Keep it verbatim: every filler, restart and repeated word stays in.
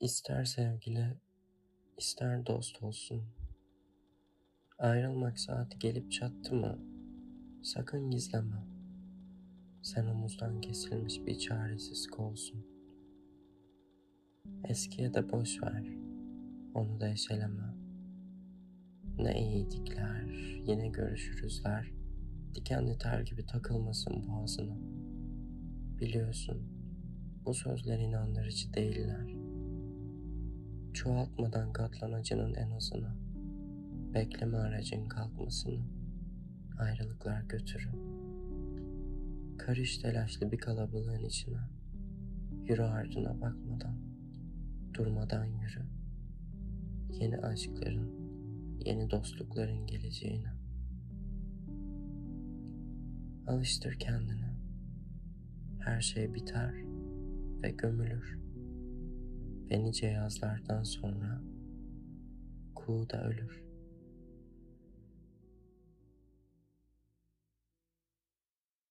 İster sevgili, ister dost olsun. Ayrılmak saati gelip çattı mı? Sakın gizleme. Sen omuzdan kesilmiş bir çaresiz kolsun. Eskiye de boş ver, onu da eşeleme. Ne iyiydikler, yine görüşürüzler. Dikenli tel gibi takılmasın boğazına. Biliyorsun, bu sözler inandırıcı değiller. Çoğaltmadan katlan acının en azına. Bekleme aracın kalkmasını. Ayrılıklar götürür. Karış telaşlı bir kalabalığın içine. Yürü ardına bakmadan, durmadan yürü. Yeni aşkların, yeni dostlukların geleceğine. Alıştır kendini. Her şey biter ve gömülür. Ve nice yazlardan sonra kuğu da ölür.